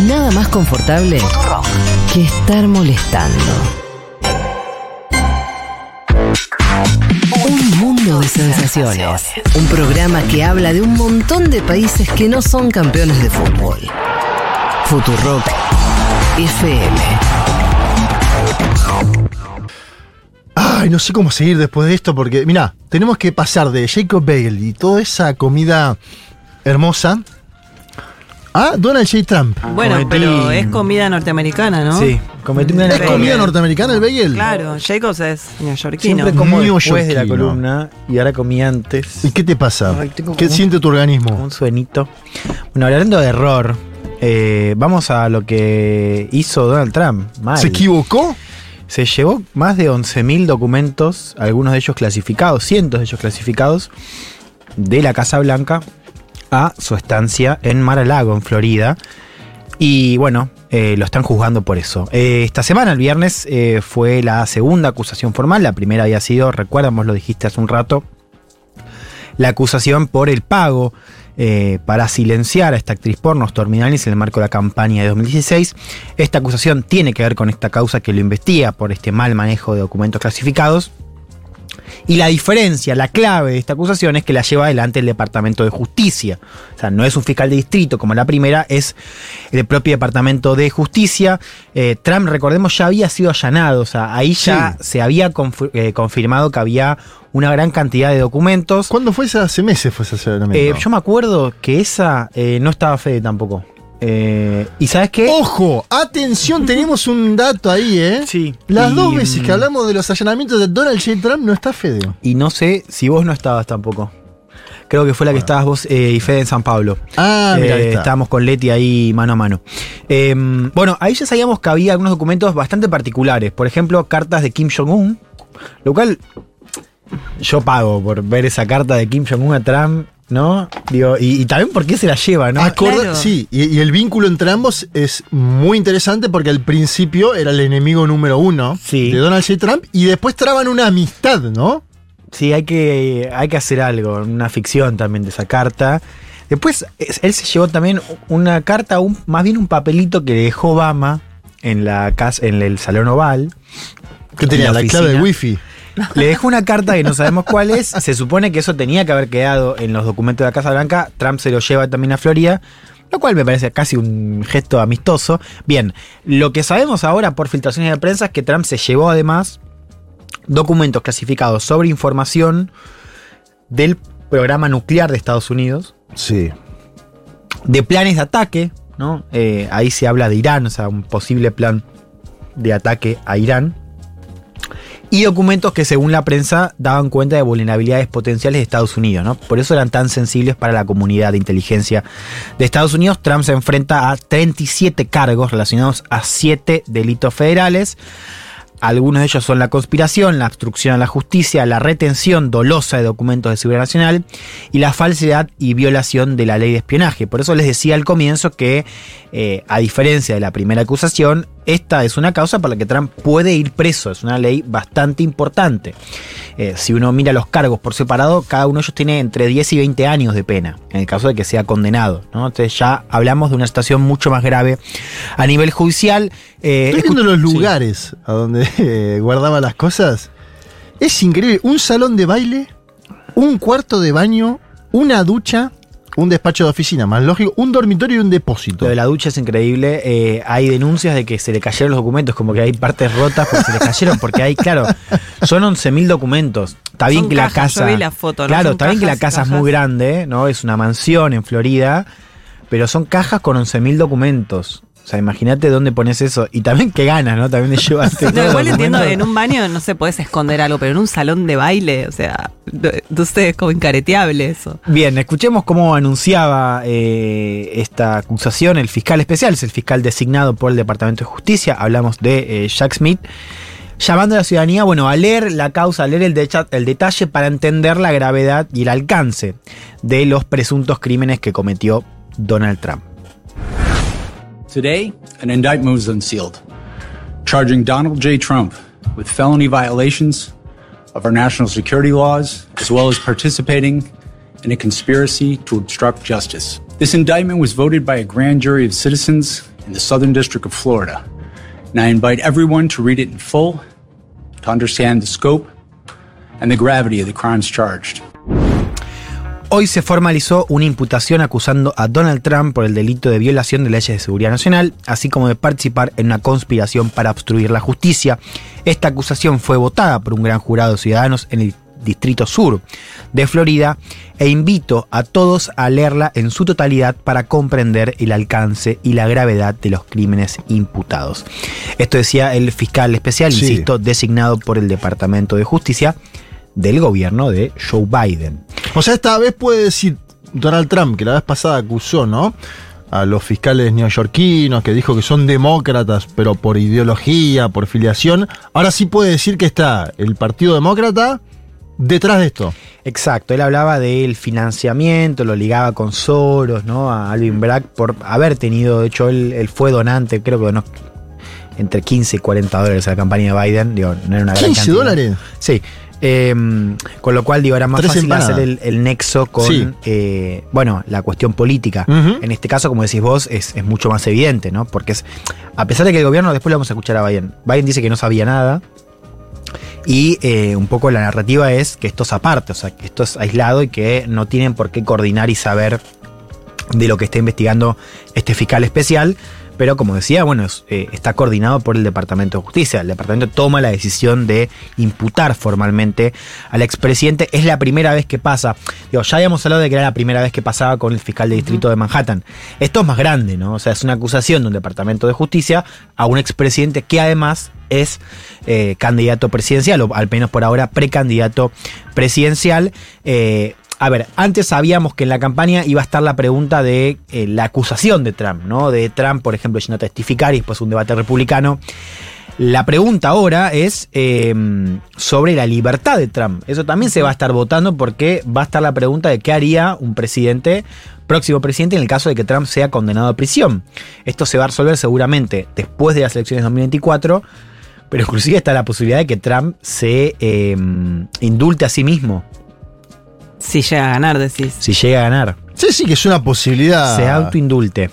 Nada más confortable que estar molestando. Un mundo de sensaciones. Un programa que habla de un montón de países que no son campeones de fútbol. Futurock FM. Ay, no sé cómo seguir después de esto porque, mirá, tenemos que pasar de Jacob Bagel y toda esa comida hermosa a Donald J. Trump. Bueno, pero es comida norteamericana, ¿no? Sí, cometí una ¿Es comida norteamericana el bagel? Claro, Jacobs es neoyorquino. Siempre como después de la Neoyorquino. columna y ahora comí antes. ¿Y qué te pasa? Ay, tengo ¿Qué como siente tu organismo? Un sueñito. Bueno, hablando de error, vamos a lo que hizo Donald Trump. Mal. ¿Se equivocó? Se llevó más de 11.000 documentos, algunos de ellos clasificados, cientos de ellos clasificados, de la Casa Blanca a su estancia en Mar-a-Lago, en Florida. Y bueno, lo están juzgando por eso. Esta semana, el viernes, fue la segunda acusación formal. La primera había sido, recuerdan, vos lo dijiste hace un rato, la acusación por el pago para silenciar a esta actriz porno, Stormy Daniels, en el marco de la campaña de 2016. Esta acusación tiene que ver con esta causa que lo investiga por este mal manejo de documentos clasificados. Y la diferencia, la clave de esta acusación es que la lleva adelante el Departamento de Justicia. O sea, no es un fiscal de distrito como la primera, es el propio Departamento de Justicia. Trump, recordemos, ya había sido allanado. O sea, ahí ya se había confirmado que había una gran cantidad de documentos. ¿Cuándo fue esa? Hace meses fue ese allanamiento. Yo me acuerdo que esa no estaba Fede tampoco. ¿Y sabes qué? ¡Ojo! ¡Atención! Tenemos un dato ahí, ¿eh? Sí. Las dos veces que hablamos de los allanamientos de Donald J. Trump no está Fede. Y no sé si vos no estabas tampoco. Creo que fue la que estabas vos y Fede en San Pablo. Ah, mira, ahí está. Estábamos con Leti ahí mano a mano. Bueno, ahí ya sabíamos que había algunos documentos bastante particulares. Por ejemplo, cartas de Kim Jong-un. Lo cual yo pago por ver esa carta de Kim Jong-un a Trump, ¿no? Digo, y también por qué se la lleva, ¿no? Claro. Sí, y el vínculo entre ambos es muy interesante porque al principio era el enemigo número uno Sí. de Donald J. Trump y después traban una amistad, ¿no? Sí, hay que hacer algo, una ficción también de esa carta. Después, él se llevó también una carta, más bien un papelito que le dejó Obama en la casa, en el Salón Oval. Que tenía en la oficina. clave de Wi-Fi. Le dejó una carta que no sabemos cuál es. Se supone que eso tenía que haber quedado en los documentos de la Casa Blanca. Trump se lo lleva también a Florida, lo cual me parece casi un gesto amistoso. Bien, lo que sabemos ahora por filtraciones de prensa es que Trump se llevó además documentos clasificados sobre información del programa nuclear de Estados Unidos, Sí. de planes de ataque, ¿no? Ahí se habla de Irán, o sea, un posible plan de ataque a Irán. Y documentos que según la prensa daban cuenta de vulnerabilidades potenciales de Estados Unidos, ¿no? Por eso eran tan sensibles para la comunidad de inteligencia de Estados Unidos. Trump se enfrenta a 37 cargos relacionados a 7 delitos federales. Algunos de ellos son la conspiración, la obstrucción a la justicia, la retención dolosa de documentos de seguridad nacional y la falsedad y violación de la ley de espionaje. Por eso les decía al comienzo que, a diferencia de la primera acusación, esta es una causa por la que Trump puede ir preso. Es una ley bastante importante. Si uno mira los cargos por separado, cada uno de ellos tiene entre 10 y 20 años de pena, en el caso de que sea condenado, ¿no? Entonces ya hablamos de una situación mucho más grave a nivel judicial. Estoy viendo los lugares a donde guardaba las cosas. Es increíble. Un salón de baile, un cuarto de baño, una ducha, un despacho de oficina, más lógico, un dormitorio y un depósito. Lo de la ducha es increíble. Hay denuncias de que se le cayeron los documentos, como que hay partes rotas porque se le cayeron, porque hay, claro, son 11.000 documentos. Está bien Son que cajas, la casa. yo vi la foto, ¿no? Claro, Son está bien que la cajas y casa es cajas. muy grande, ¿no? Es una mansión en Florida, pero son cajas con 11.000 documentos. O sea, imagínate dónde pones eso. Y también qué ganas, ¿no? También de llevarte No, todo igual el entiendo, documento. en un baño no se podés esconder algo, pero en un salón de baile, o sea, entonces es como incareteable eso. Bien, escuchemos cómo anunciaba esta acusación el fiscal especial, es el fiscal designado por el Departamento de Justicia. Hablamos de Jack Smith, llamando a la ciudadanía, bueno, a leer la causa, a leer el detalle para entender la gravedad y el alcance de los presuntos crímenes que cometió Donald Trump. Today, an indictment was unsealed, charging Donald J. Trump with felony violations of our national security laws, as well as participating in a conspiracy to obstruct justice. This indictment was voted by a grand jury of citizens in the Southern District of Florida. And I invite everyone to read it in full, to understand the scope and the gravity of the crimes charged. Hoy se formalizó una imputación acusando a Donald Trump por el delito de violación de leyes de seguridad nacional, así como de participar en una conspiración para obstruir la justicia. Esta acusación fue votada por un gran jurado de ciudadanos en el Distrito Sur de Florida e invito a todos a leerla en su totalidad para comprender el alcance y la gravedad de los crímenes imputados. Esto decía el fiscal especial, sí, insisto, designado por el Departamento de Justicia del gobierno de Joe Biden. O sea, esta vez puede decir Donald Trump, que la vez pasada acusó, ¿no?, a los fiscales neoyorquinos, que dijo que son demócratas, pero por ideología, por filiación. Ahora sí puede decir que está el Partido Demócrata detrás de esto. Exacto, él hablaba del financiamiento, lo ligaba con Soros, ¿no?, a Alvin Bragg, por haber tenido, de hecho, él fue donante, creo que donó entre 15 y 40 dólares a la campaña de Biden. Digo, no era una gran cantidad. ¿15 dólares? Sí. Con lo cual, digo, era más fácil hacer el nexo con, sí, bueno, la cuestión política. En este caso, como decís vos, es mucho más evidente, ¿no? Porque a pesar de que el gobierno, después lo vamos a escuchar a Biden dice que no sabía nada, y un poco la narrativa es que esto es aparte, o sea, que esto es aislado y que no tienen por qué coordinar y saber de lo que está investigando este fiscal especial. Pero como decía, bueno, está coordinado por el Departamento de Justicia. El departamento toma la decisión de imputar formalmente al expresidente. Es la primera vez que pasa. Digo, ya habíamos hablado de que era la primera vez que pasaba con el fiscal de distrito de Manhattan. Esto es más grande, ¿no? O sea, es una acusación de un Departamento de Justicia a un expresidente que además es candidato presidencial, o al menos por ahora precandidato presidencial. A ver, antes sabíamos que en la campaña iba a estar la pregunta de la acusación de Trump, ¿no? De Trump, por ejemplo, yendo a testificar y después un debate republicano. La pregunta ahora es sobre la libertad de Trump. Eso también se va a estar votando porque va a estar la pregunta de qué haría un próximo presidente en el caso de que Trump sea condenado a prisión. Esto se va a resolver seguramente después de las elecciones de 2024, pero inclusive está la posibilidad de que Trump se indulte a sí mismo. Si llega a ganar, decís. Si llega a ganar. Sí, que es una posibilidad. Se autoindulte.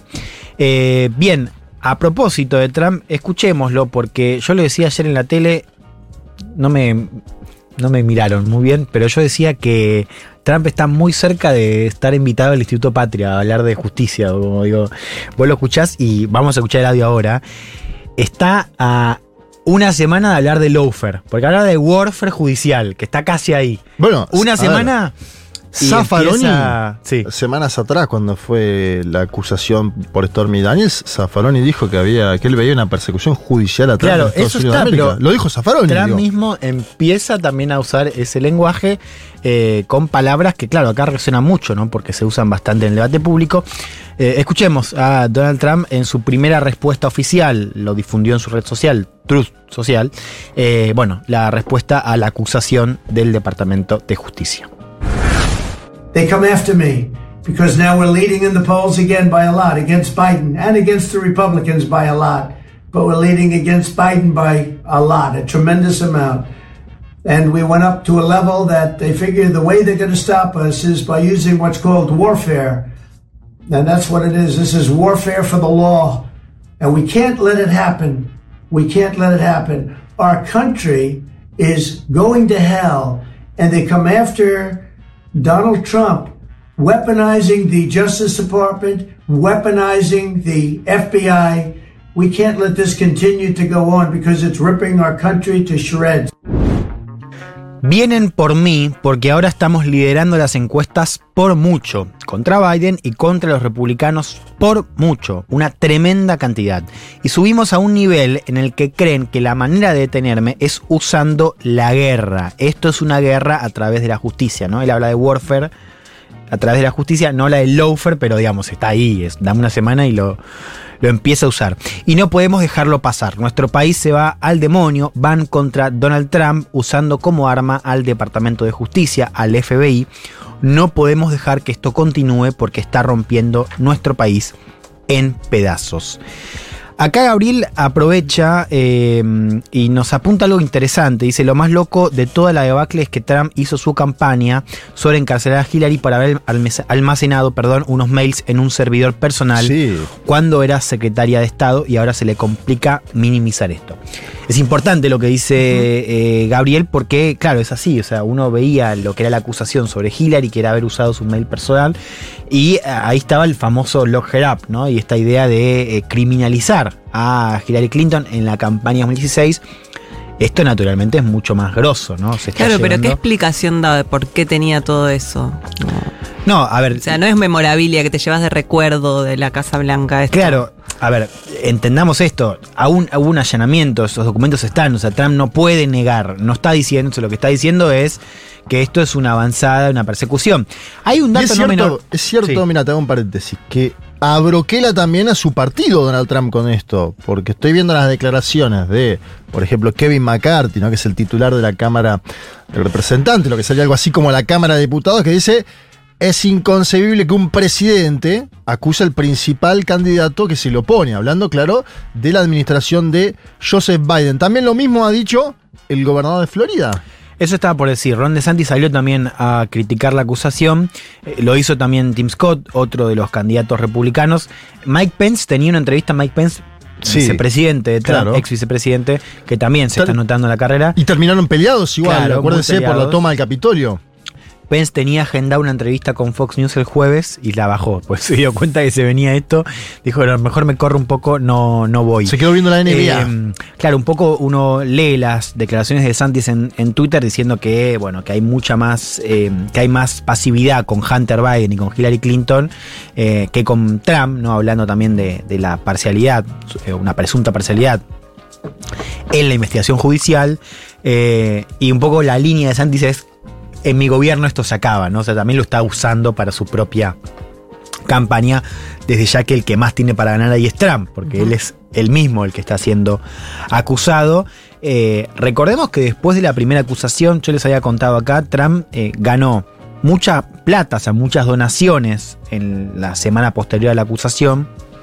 Bien, a propósito de Trump, escuchémoslo, porque yo lo decía ayer en la tele, no me miraron muy bien, pero yo decía que Trump está muy cerca de estar invitado al Instituto Patria a hablar de justicia. Como digo, vos lo escuchás y vamos a escuchar el audio ahora. Está a una semana de hablar de lawfare, porque habla de warfare judicial, que está casi ahí. Bueno, una semana. Zaffaroni, sí, semanas atrás, cuando fue la acusación por Stormy Daniels, Zaffaroni dijo que él veía una persecución judicial atrás. Claro, de Estados eso Unidos está, de América. pero lo dijo Zaffaroni. Trump mismo empieza también a usar ese lenguaje con palabras que, claro, acá resuena mucho, ¿no? Porque se usan bastante en el debate público. Escuchemos a Donald Trump en su primera respuesta oficial, lo difundió en su red social, Truth Social, la respuesta a la acusación del Departamento de Justicia. They come after me because now we're leading in the polls again by a lot, against Biden and against the Republicans by a lot. But we're leading against Biden by a lot, a tremendous amount. And we went up to a level that they figure the way they're going to stop us is by using what's called warfare. And that's what it is. This is warfare for the law. And we can't let it happen. We can't let it happen. Our country is going to hell. And they come after Donald Trump, weaponizing the Justice Department, weaponizing the FBI. We can't let this continue to go on because it's ripping our country to shreds. Vienen por mí porque ahora estamos liderando las encuestas por mucho, contra Biden y contra los republicanos por mucho, una tremenda cantidad. Y subimos a un nivel en el que creen que la manera de detenerme es usando la guerra. Esto es una guerra a través de la justicia, ¿no? Él habla de warfare a través de la justicia, no la de lawfare, pero digamos, está ahí, dame una semana y lo empieza a usar. Y no podemos dejarlo pasar. Nuestro país se va al demonio, van contra Donald Trump usando como arma al Departamento de Justicia, al FBI. No podemos dejar que esto continúe porque está rompiendo nuestro país en pedazos. Acá Gabriel aprovecha y nos apunta algo interesante. Dice, lo más loco de toda la debacle es que Trump hizo su campaña sobre encarcelar a Hillary para haber almacenado unos mails en un servidor personal cuando era secretaria de Estado, y ahora se le complica minimizar esto. Es importante lo que dice Gabriel, porque claro, es así. O sea, uno veía lo que era la acusación sobre Hillary, que era haber usado su mail personal, y ahí estaba el famoso lock her up, ¿no? Y esta idea de criminalizar a Hillary Clinton en la campaña 2016. Esto naturalmente es mucho más grosso, ¿no? Claro, pero ¿qué explicación da de por qué tenía todo eso? No, a ver. O sea, no es memorabilia que te llevas de recuerdo de la Casa Blanca. Esto. Claro, a ver, entendamos esto. Aún hubo un allanamiento, esos documentos están. O sea, Trump no puede negar, no está diciendo, lo que está diciendo es que esto es una avanzada, una persecución. Hay un dato no menor. Es cierto, mira, te hago un paréntesis, que abroquela también a su partido Donald Trump con esto, porque estoy viendo las declaraciones de, por ejemplo, Kevin McCarthy, ¿no? Que es el titular de la Cámara de Representantes, lo que sería algo así como la Cámara de Diputados, que dice: es inconcebible que un presidente acuse al principal candidato que se le opone, hablando, claro, de la administración de Joseph Biden. También lo mismo ha dicho el gobernador de Florida. Eso estaba por decir. Ron DeSantis salió también a criticar la acusación. Lo hizo también Tim Scott, otro de los candidatos republicanos. Mike Pence, tenía una entrevista a Mike Pence, vicepresidente de Trump, ex vicepresidente, que también se está notando en la carrera. Y terminaron peleados igual, claro, acuérdense, por la toma del Capitolio. Pence tenía agendada una entrevista con Fox News el jueves y la bajó, pues se dio cuenta que se venía esto, dijo, a lo mejor me corro un poco, no voy. Se quedó viendo la NBA. Claro, un poco uno lee las declaraciones de DeSantis en Twitter diciendo que, bueno, que hay mucha más, que hay más pasividad con Hunter Biden y con Hillary Clinton que con Trump, ¿no? Hablando también de la parcialidad, una presunta parcialidad en la investigación judicial, y un poco la línea de DeSantis es: en mi gobierno esto se acaba, ¿no? O sea, también lo está usando para su propia campaña, desde ya que el que más tiene para ganar ahí es Trump, porque él es el mismo el que está siendo acusado. Recordemos que después de la primera acusación, yo les había contado acá, Trump ganó mucha plata, o sea, muchas donaciones en la semana posterior a la acusación,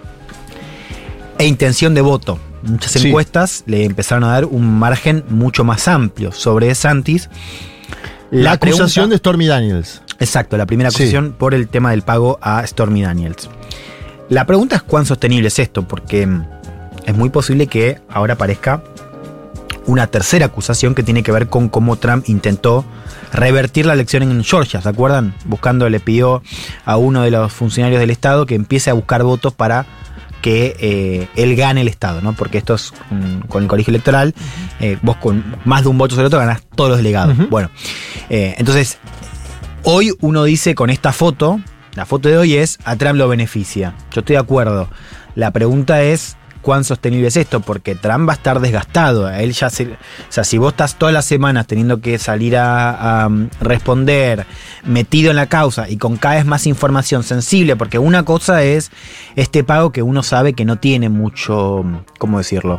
e intención de voto. Muchas encuestas le empezaron a dar un margen mucho más amplio sobre DeSantis. La acusación de Stormy Daniels. Exacto, la primera acusación por el tema del pago a Stormy Daniels. La pregunta es cuán sostenible es esto, porque es muy posible que ahora aparezca una tercera acusación que tiene que ver con cómo Trump intentó revertir la elección en Georgia, ¿se acuerdan? Le pidió a uno de los funcionarios del Estado que empiece a buscar votos para que él gane el Estado, ¿no? Porque esto es con el colegio electoral, vos con más de un voto sobre otro ganás todos los delegados. Bueno, entonces, hoy uno dice con esta foto, la foto de hoy es: a Trump lo beneficia. Yo estoy de acuerdo. La pregunta es: ¿cuán sostenible es esto? Porque Trump va a estar desgastado. Él ya o sea, si vos estás todas las semanas teniendo que salir a responder, metido en la causa y con cada vez más información sensible, porque una cosa es este pago que uno sabe que no tiene mucho, ¿cómo decirlo?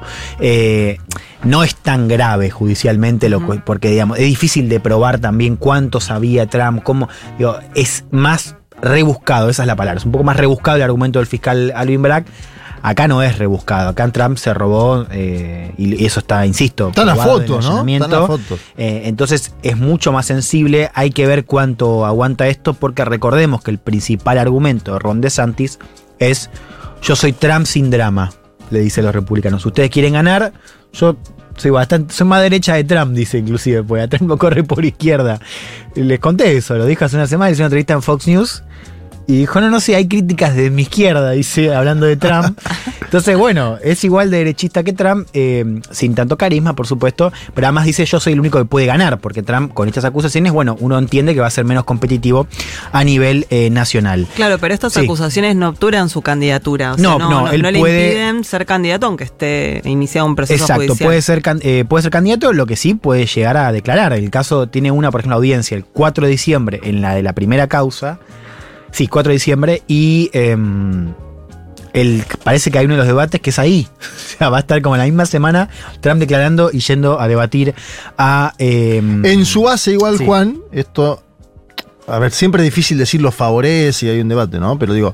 No es tan grave judicialmente, porque digamos, es difícil de probar también cuánto sabía Trump, cómo, digo, es más rebuscado, esa es la palabra, es un poco más rebuscado el argumento del fiscal Alvin Bragg. Acá no es rebuscado, acá Trump se robó, y eso está, insisto, está en la foto, ¿no? Está en la foto. Entonces es mucho más sensible, hay que ver cuánto aguanta esto, porque recordemos que el principal argumento de Ron DeSantis es: yo soy Trump sin drama, le dice a los republicanos. Ustedes quieren ganar, yo soy más derecha de Trump, dice inclusive, pues a Trump lo corre por izquierda. Les conté eso, lo dije hace una semana, hice una entrevista en Fox News. Y dijo, no sé, hay críticas de mi izquierda, dice, hablando de Trump. Entonces, bueno, es igual de derechista que Trump, sin tanto carisma, por supuesto, pero además dice, yo soy el único que puede ganar, porque Trump, con estas acusaciones, bueno, uno entiende que va a ser menos competitivo a nivel nacional. Claro, pero estas acusaciones no obturan su candidatura. O sea, no le impiden ser candidato, aunque esté iniciado un proceso judicial. Exacto, puede ser candidato, lo que sí puede llegar a declarar. El caso tiene una, por ejemplo, audiencia el 4 de diciembre, en la de la primera causa. Sí, 4 de diciembre, y parece que hay uno de los debates que es ahí. O sea, va a estar como en la misma semana Trump declarando y yendo a debatir a... en su base igual, Juan, esto... A ver, siempre es difícil decir lo favorece y hay un debate, ¿no? Pero digo,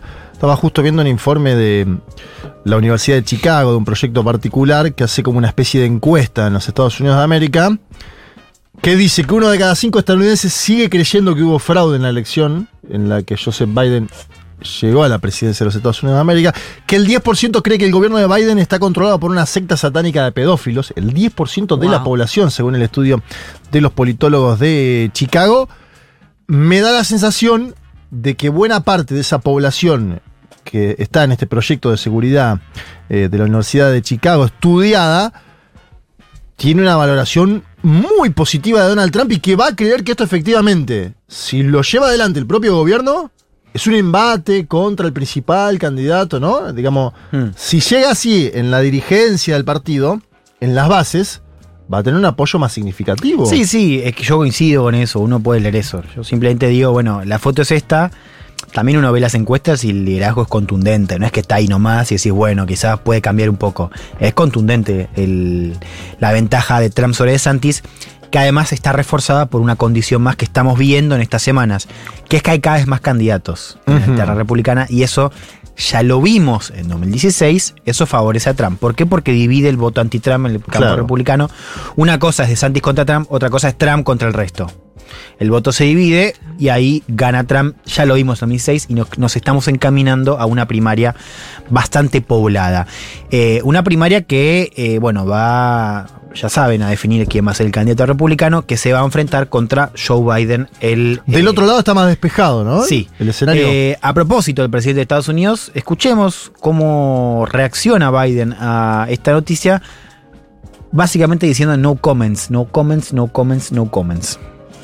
Estaba justo viendo un informe de la Universidad de Chicago, de un proyecto particular que hace como una especie de encuesta en los Estados Unidos de América, que dice que 1 de cada 5 estadounidenses sigue creyendo que hubo fraude en la elección en la que Joseph Biden llegó a la presidencia de los Estados Unidos de América, que el 10% cree que el gobierno de Biden está controlado por una secta satánica de pedófilos, el 10% de la población, según el estudio de los politólogos de Chicago. Me da la sensación de que buena parte de esa población que está en este proyecto de seguridad de la Universidad de Chicago estudiada, tiene una valoración muy positiva de Donald Trump y que va a creer que esto efectivamente, si lo lleva adelante el propio gobierno, es un embate contra el principal candidato, ¿no? Digamos, si llega así en la dirigencia del partido, en las bases, va a tener un apoyo más significativo. Sí, es que yo coincido con eso, uno puede leer eso. Yo simplemente digo, bueno, la foto es esta. También uno ve las encuestas y el liderazgo es contundente, no es que está ahí nomás y decís, bueno, quizás puede cambiar un poco. Es contundente la ventaja de Trump sobre DeSantis, que además está reforzada por una condición más que estamos viendo en estas semanas, que es que hay cada vez más candidatos en la tierra republicana, y eso ya lo vimos en 2016, eso favorece a Trump. ¿Por qué? Porque divide el voto anti-Trump en el campo republicano. Una cosa es DeSantis contra Trump, otra cosa es Trump contra el resto. El voto se divide y ahí gana Trump, ya lo vimos en 2006, y nos estamos encaminando a una primaria bastante poblada. Una primaria que, va, ya saben, a definir quién va a ser el candidato republicano, que se va a enfrentar contra Joe Biden. Del otro lado está más despejado, ¿no? Sí. El escenario. A propósito del presidente de Estados Unidos, escuchemos cómo reacciona Biden a esta noticia, básicamente diciendo no comments, no comments, no comments, no comments.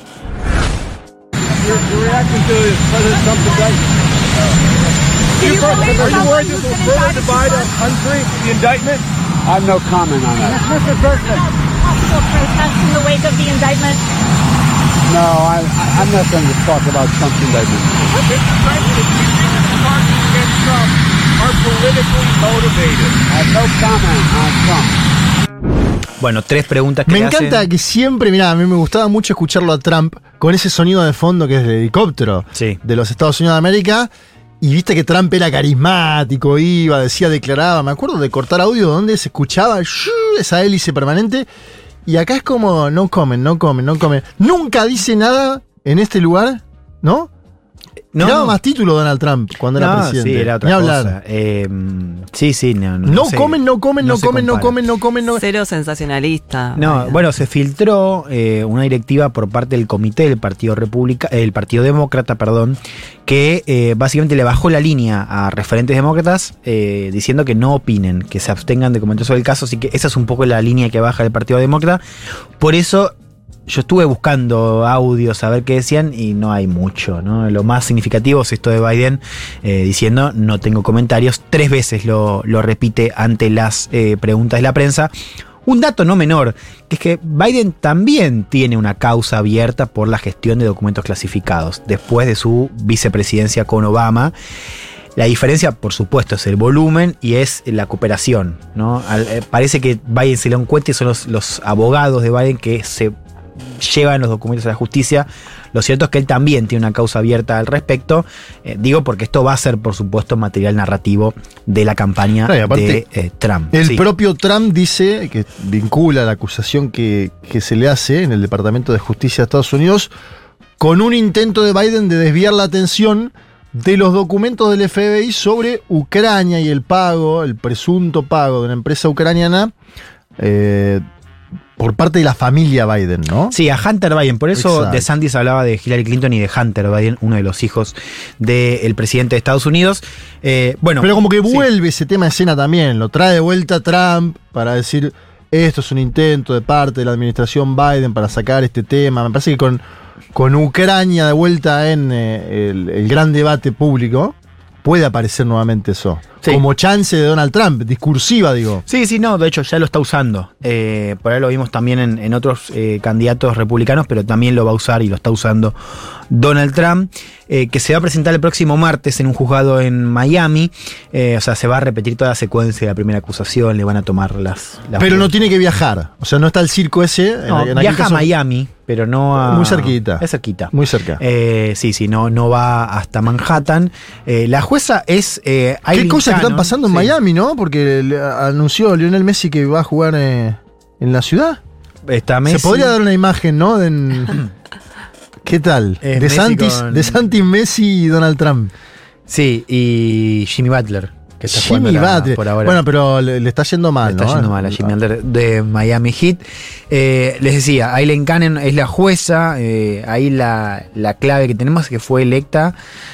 Your reaction to President Trump's indictment? Are you worried this will further divide our country, the indictment? I have no comment on that. Mr. President. Possible protest in the wake of the indictment? No, I'm not going to talk about Trump's indictment. Mr. President, do you think the charges against Trump are politically motivated? I have no comment on Trump. Bueno, 3 preguntas que me encanta que siempre, mirá, a mí me gustaba mucho escucharlo a Trump con ese sonido de fondo que es el helicóptero de los Estados Unidos de América. Y viste que Trump era carismático, iba, decía, declaraba. Me acuerdo de cortar audio donde se escuchaba esa hélice permanente. Y acá es como no comen. Nunca dice nada en este lugar, ¿no? Daba más título Donald Trump cuando era presidente. Sí, era otra cosa. No comen. Cero sensacionalista. Bueno, se filtró una directiva por parte del comité del Partido Demócrata, que básicamente le bajó la línea a referentes demócratas diciendo que no opinen, que se abstengan de comentar sobre el caso. Así que esa es un poco la línea que baja el Partido Demócrata. Por eso yo estuve buscando audios a ver qué decían y no hay mucho, ¿no? Lo más significativo es esto de Biden diciendo no tengo comentarios. 3 veces lo repite ante las preguntas de la prensa. Un dato no menor, que es que Biden también tiene una causa abierta por la gestión de documentos clasificados después de su vicepresidencia con Obama. La diferencia, por supuesto, es el volumen y es la cooperación, ¿no? Parece que Biden se lo encuentra y son los abogados de Biden que se llevan los documentos a la justicia. Lo cierto es que él también tiene una causa abierta al respecto. Digo porque esto va a ser, por supuesto, material narrativo de la campaña de Trump. El propio Trump dice que vincula la acusación que se le hace en el Departamento de Justicia de Estados Unidos con un intento de Biden de desviar la atención de los documentos del FBI sobre Ucrania y el presunto pago de una empresa ucraniana por parte de la familia Biden, ¿no? Sí, a Hunter Biden. Por eso DeSantis hablaba de Hillary Clinton y de Hunter Biden, uno de los hijos del presidente de Estados Unidos. Pero como que vuelve ese tema de escena también, lo trae de vuelta Trump para decir, esto es un intento de parte de la administración Biden para sacar este tema. Me parece que con Ucrania de vuelta en el gran debate público, puede aparecer nuevamente eso. como chance de Donald Trump, discursiva, digo. Sí, no, de hecho ya lo está usando. Por ahí lo vimos también en otros candidatos republicanos, pero también lo va a usar y lo está usando Donald Trump, que se va a presentar el próximo martes en un juzgado en Miami. O sea, se va a repetir toda la secuencia de la primera acusación, le van a tomar las pero no tiene que viajar, o sea, no está el circo ese. No, viaja a Miami, pero no a... Muy cerquita. Es cerquita. Muy cerca. Sí, no va hasta Manhattan. La jueza es... ¿Qué cosas que están pasando en Miami, no? Porque anunció Lionel Messi que va a jugar en la ciudad. Está Messi. Se podría dar una imagen, ¿no? ¿Qué tal? De Santis, Messi y Donald Trump. Sí, y Jimmy Butler, que está Jimmy Butler por ahora. Bueno, pero le está yendo mal, ¿no? Le está yendo mal a Jimmy Butler de Miami Heat. Les decía, Aileen Cannon es la jueza. Ahí la clave que tenemos es que fue elegida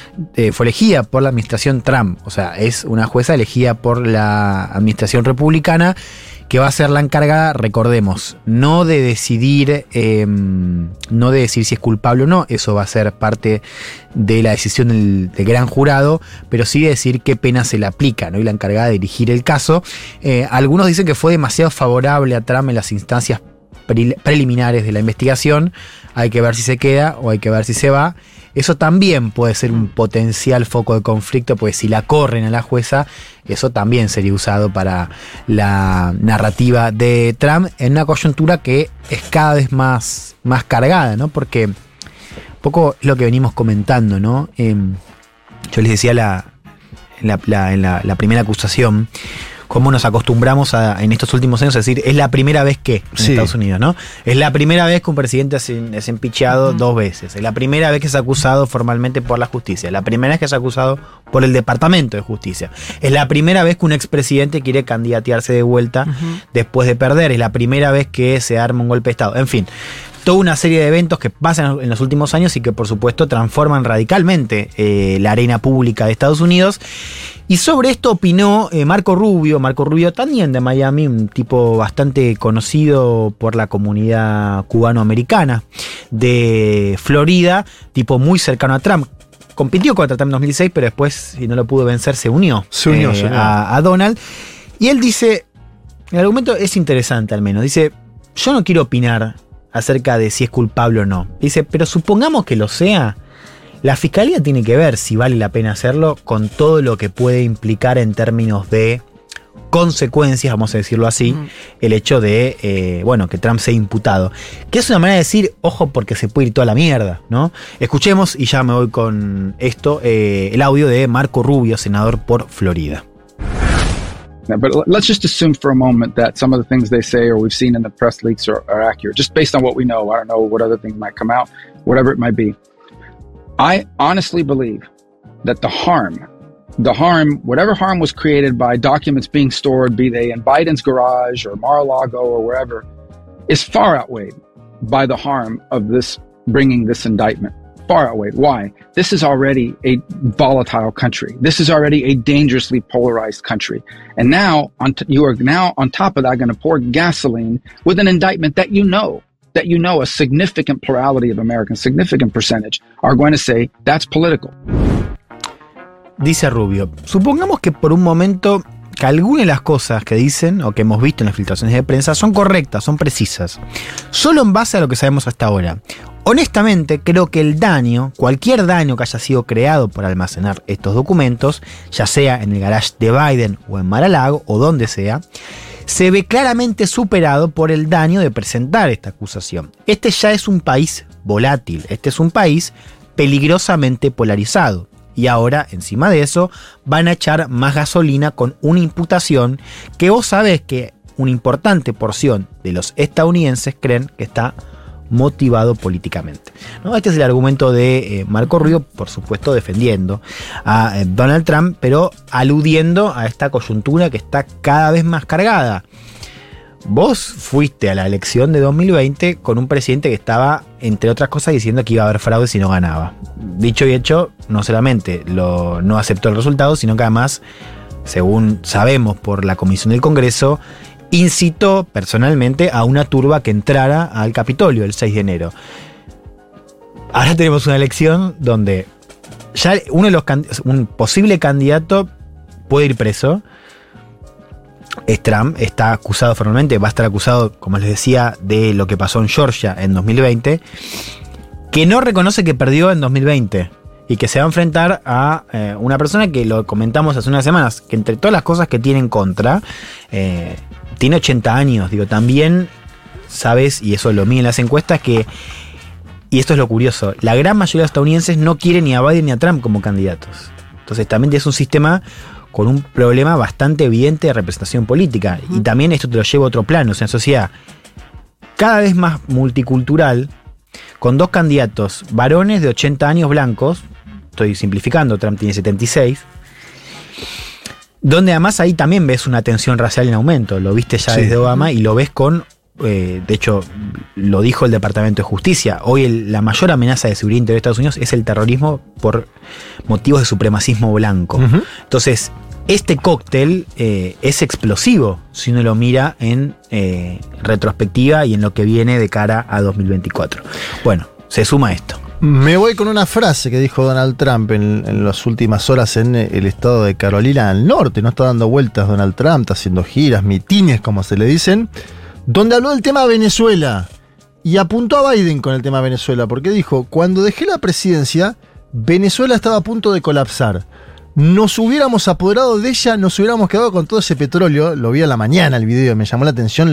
por la administración Trump. O sea, es una jueza elegida por la administración republicana, que va a ser la encargada, recordemos, no de decidir si es culpable o no. Eso va a ser parte de la decisión del gran jurado, pero sí de decir qué pena se le aplica, ¿no? Y la encargada de dirigir el caso. Algunos dicen que fue demasiado favorable a Trump en las instancias preliminares de la investigación. Hay que ver si se queda o hay que ver si se va. Eso también puede ser un potencial foco de conflicto, pues si la corren a la jueza, eso también sería usado para la narrativa de Trump en una coyuntura que es cada vez más cargada, ¿no? Porque un poco es lo que venimos comentando, ¿no? Yo les decía en la primera acusación, cómo nos acostumbramos en estos últimos años a decir, es la primera vez que en Estados Unidos, ¿no? Es la primera vez que un presidente es impeachado 2 veces. Es la primera vez que es acusado formalmente por la justicia. La primera vez que es acusado por el Departamento de Justicia. Es la primera vez que un expresidente quiere candidatearse de vuelta después de perder. Es la primera vez que se arma un golpe de Estado. En fin, toda una serie de eventos que pasan en los últimos años y que por supuesto transforman radicalmente la arena pública de Estados Unidos. Y sobre esto opinó Marco Rubio también de Miami, un tipo bastante conocido por la comunidad cubanoamericana de Florida, tipo muy cercano a Trump. Compitió contra Trump en 2016, pero después, si no lo pudo vencer, se unió a Donald. Y él dice, el argumento es interesante al menos, dice, yo no quiero opinar acerca de si es culpable o no. Dice, pero supongamos que lo sea, la fiscalía tiene que ver si vale la pena hacerlo con todo lo que puede implicar en términos de consecuencias, vamos a decirlo así, el hecho de, que Trump sea imputado. Que es una manera de decir, ojo, porque se puede ir toda la mierda, ¿no? Escuchemos, y ya me voy con esto, el audio de Marco Rubio, senador por Florida. But let's just assume for a moment that some of the things they say or we've seen in the press leaks are accurate, just based on what we know. I don't know what other things might come out, whatever it might be. I honestly believe that the harm, whatever harm was created by documents being stored, be they in Biden's garage or Mar-a-Lago or wherever, is far outweighed by the harm of this bringing this indictment. Far outweighed. Why? This is already a volatile country. This is already a dangerously polarized country. And now, you are now on top of that going to pour gasoline with an indictment that you know a significant plurality of Americans, significant percentage, are going to say that's political. Dice Rubio, supongamos que por un momento que algunas de las cosas que dicen o que hemos visto en las filtraciones de prensa son correctas, son precisas, solo en base a lo que sabemos hasta ahora. Honestamente, creo que el daño, cualquier daño que haya sido creado por almacenar estos documentos, ya sea en el garage de Biden o en Mar-a-Lago o donde sea, se ve claramente superado por el daño de presentar esta acusación. Este ya es un país volátil, este es un país peligrosamente polarizado. Y ahora, encima de eso, van a echar más gasolina con una imputación que vos sabés que una importante porción de los estadounidenses creen que está motivado políticamente, ¿no? Este es el argumento de Marco Rubio, por supuesto defendiendo a Donald Trump, pero aludiendo a esta coyuntura que está cada vez más cargada. Vos fuiste a la elección de 2020 con un presidente que estaba, entre otras cosas, diciendo que iba a haber fraude si no ganaba. Dicho y hecho, no solamente no aceptó el resultado, sino que además, según sabemos por la Comisión del Congreso, incitó personalmente a una turba que entrara al Capitolio el 6 de enero. Ahora tenemos una elección donde ya un posible candidato puede ir preso es Trump. Está acusado formalmente, va a estar acusado, como les decía, de lo que pasó en Georgia en 2020, que no reconoce que perdió en 2020 y que se va a enfrentar a una persona que lo comentamos hace unas semanas, que entre todas las cosas que tiene en contra, tiene 80 años. Digo, también sabes, y eso lo miden las encuestas, que, y esto es lo curioso, la gran mayoría de los estadounidenses no quieren ni a Biden ni a Trump como candidatos. Entonces también es un sistema con un problema bastante evidente de representación política. Y también esto te lo lleva a otro plano, o sea, una sociedad cada vez más multicultural, con 2 candidatos varones de 80 años blancos, estoy simplificando, Trump tiene 76, donde además ahí también ves una tensión racial en aumento, lo viste ya desde Obama y lo ves con, de hecho, lo dijo el Departamento de Justicia, hoy la mayor amenaza de seguridad interior de Estados Unidos es el terrorismo por motivos de supremacismo blanco. Entonces, este cóctel es explosivo si uno lo mira en retrospectiva y en lo que viene de cara a 2024. Bueno, se suma esto. Me voy con una frase que dijo Donald Trump en las últimas horas en el estado de Carolina del Norte. No está dando vueltas Donald Trump, está haciendo giras, mitines, como se le dicen, donde habló del tema Venezuela y apuntó a Biden con el tema Venezuela, porque dijo, cuando dejé la presidencia, Venezuela estaba a punto de colapsar. Nos hubiéramos apoderado de ella, nos hubiéramos quedado con todo ese petróleo. Lo vi a la mañana el video, me llamó la atención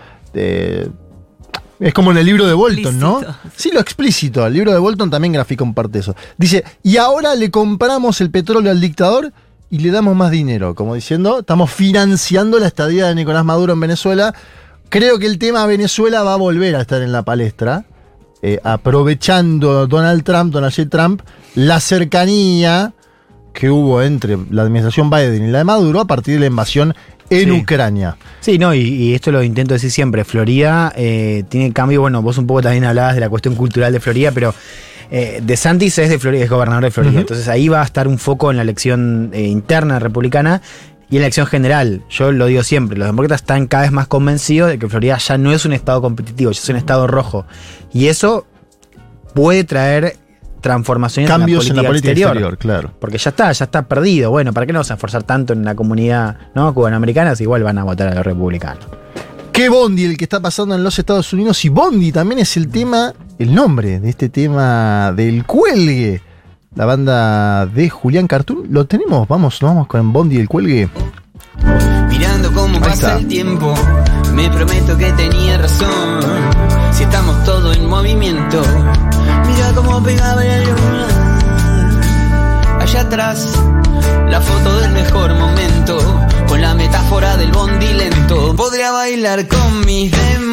es como en el libro de Bolton, ¿no? Sí, lo explícito. El libro de Bolton también grafica un parte de eso. Dice, y ahora le compramos el petróleo al dictador y le damos más dinero. Como diciendo, estamos financiando la estadía de Nicolás Maduro en Venezuela. Creo que el tema Venezuela va a volver a estar en la palestra. Aprovechando Donald J. Trump, la cercanía que hubo entre la administración Biden y la de Maduro a partir de la invasión en Ucrania. Sí, no, y esto lo intento decir siempre. Florida tiene cambio. Bueno, vos un poco también hablabas de la cuestión cultural de Florida, pero DeSantis es de Florida, es gobernador de Florida. Entonces ahí va a estar un foco en la elección interna republicana y en la elección general. Yo lo digo siempre, los demócratas están cada vez más convencidos de que Florida ya no es un estado competitivo, ya es un estado rojo. Y eso puede traer transformaciones, cambios en la política exterior, claro. Porque ya está perdido. Bueno, ¿para qué nos vamos a esforzar tanto en la comunidad cubanoamericana si igual van a votar a los republicanos? ¿Qué Bondi el que está pasando en los Estados Unidos? Y Bondi también es el nombre de este tema del Cuelgue, la banda de Julián Cartoon. Lo tenemos, nos vamos con Bondi el Cuelgue. Mirando cómo pasa el tiempo, me prometo que tenía razón. Si estamos todos en movimiento, mira cómo pegaba la luna. Allá atrás, la foto del mejor momento, con la metáfora del bondi lento. Podría bailar con mis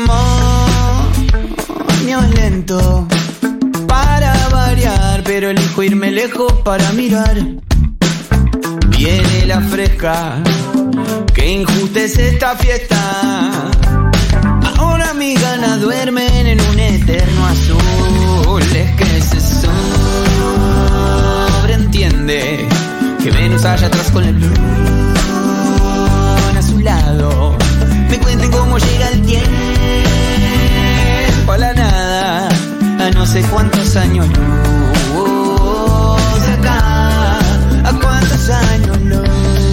demonios lento, para variar, pero elijo irme lejos para mirar. Viene la fresca, que injusta es esta fiesta. Ahora mis ganas duermen en un eterno azul. Es que se sobreentiende que Venus allá atrás con el blue a su lado. Me cuenten cómo llega el tiempo a la nada, a no sé cuántos años luz acá, a cuántos años luz.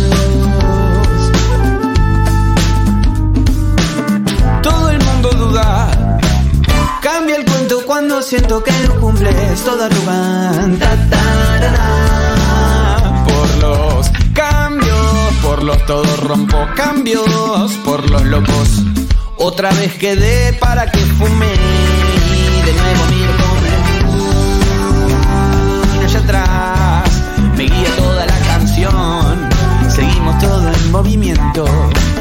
Todo el mundo duda, cambia el cuento cuando siento que lo cumples. Todo arrogante, por los cambios, por los todos rompo cambios, por los locos. Otra vez quedé para que fume y de nuevo miro como allá atrás me guía toda la canción. Seguimos todo en movimiento,